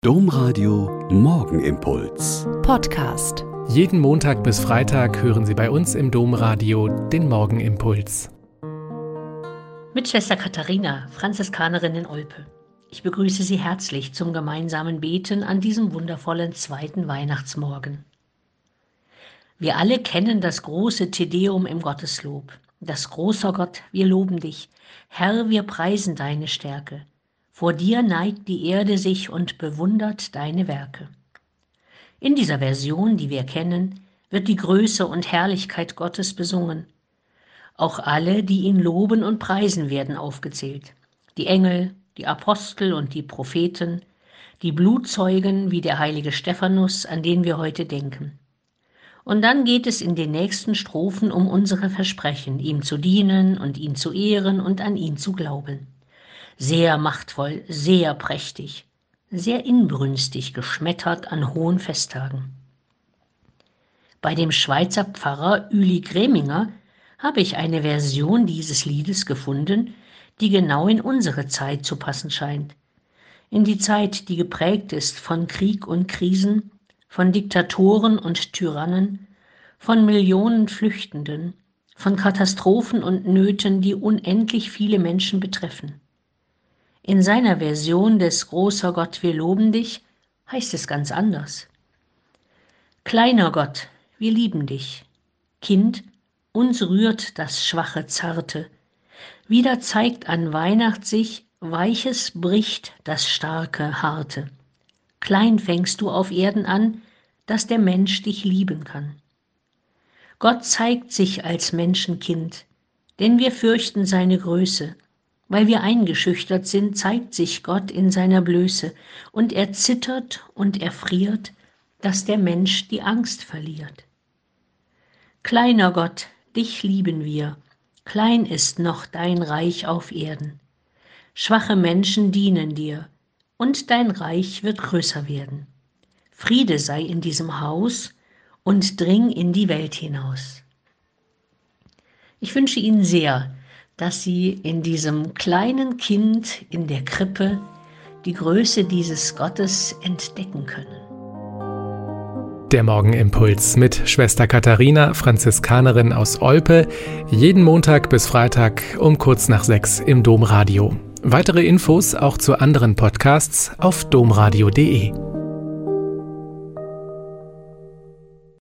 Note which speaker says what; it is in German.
Speaker 1: Domradio Morgenimpuls.
Speaker 2: Podcast.
Speaker 3: Jeden Montag bis Freitag hören Sie bei uns im Domradio den Morgenimpuls.
Speaker 4: Mit Schwester Katharina, Franziskanerin in Olpe. Ich begrüße Sie herzlich zum gemeinsamen Beten an diesem wundervollen zweiten Weihnachtsmorgen. Wir alle kennen das große Te Deum im Gotteslob. Das großer Gott, wir loben dich. Herr, wir preisen deine Stärke. Vor dir neigt die Erde sich und bewundert deine Werke. In dieser Version, die wir kennen, wird die Größe und Herrlichkeit Gottes besungen. Auch alle, die ihn loben und preisen, werden aufgezählt. Die Engel, die Apostel und die Propheten, die Blutzeugen wie der heilige Stephanus, an den wir heute denken. Und dann geht es in den nächsten Strophen um unsere Versprechen, ihm zu dienen und ihn zu ehren und an ihn zu glauben. Sehr machtvoll, sehr prächtig, sehr inbrünstig geschmettert an hohen Festtagen. Bei dem Schweizer Pfarrer Ueli Greminger habe ich eine Version dieses Liedes gefunden, die genau in unsere Zeit zu passen scheint. In die Zeit, die geprägt ist von Krieg und Krisen, von Diktatoren und Tyrannen, von Millionen Flüchtenden, von Katastrophen und Nöten, die unendlich viele Menschen betreffen. In seiner Version des Großer Gott, wir loben dich, heißt es ganz anders. Kleiner Gott, wir lieben dich. Kind, uns rührt das schwache Zarte. Wieder zeigt an Weihnacht sich, Weiches bricht das starke Harte. Klein fängst du auf Erden an, dass der Mensch dich lieben kann. Gott zeigt sich als Menschenkind, denn wir fürchten seine Größe. Weil wir eingeschüchtert sind, zeigt sich Gott in seiner Blöße, und er zittert und erfriert, dass der Mensch die Angst verliert. Kleiner Gott, dich lieben wir, klein ist noch dein Reich auf Erden. Schwache Menschen dienen dir, und dein Reich wird größer werden. Friede sei in diesem Haus und dring in die Welt hinaus. Ich wünsche Ihnen sehr, dass Sie in diesem kleinen Kind in der Krippe die Größe dieses Gottes entdecken können.
Speaker 3: Der Morgenimpuls mit Schwester Katharina, Franziskanerin aus Olpe, jeden Montag bis Freitag um kurz nach 6 im Domradio. Weitere Infos auch zu anderen Podcasts auf domradio.de.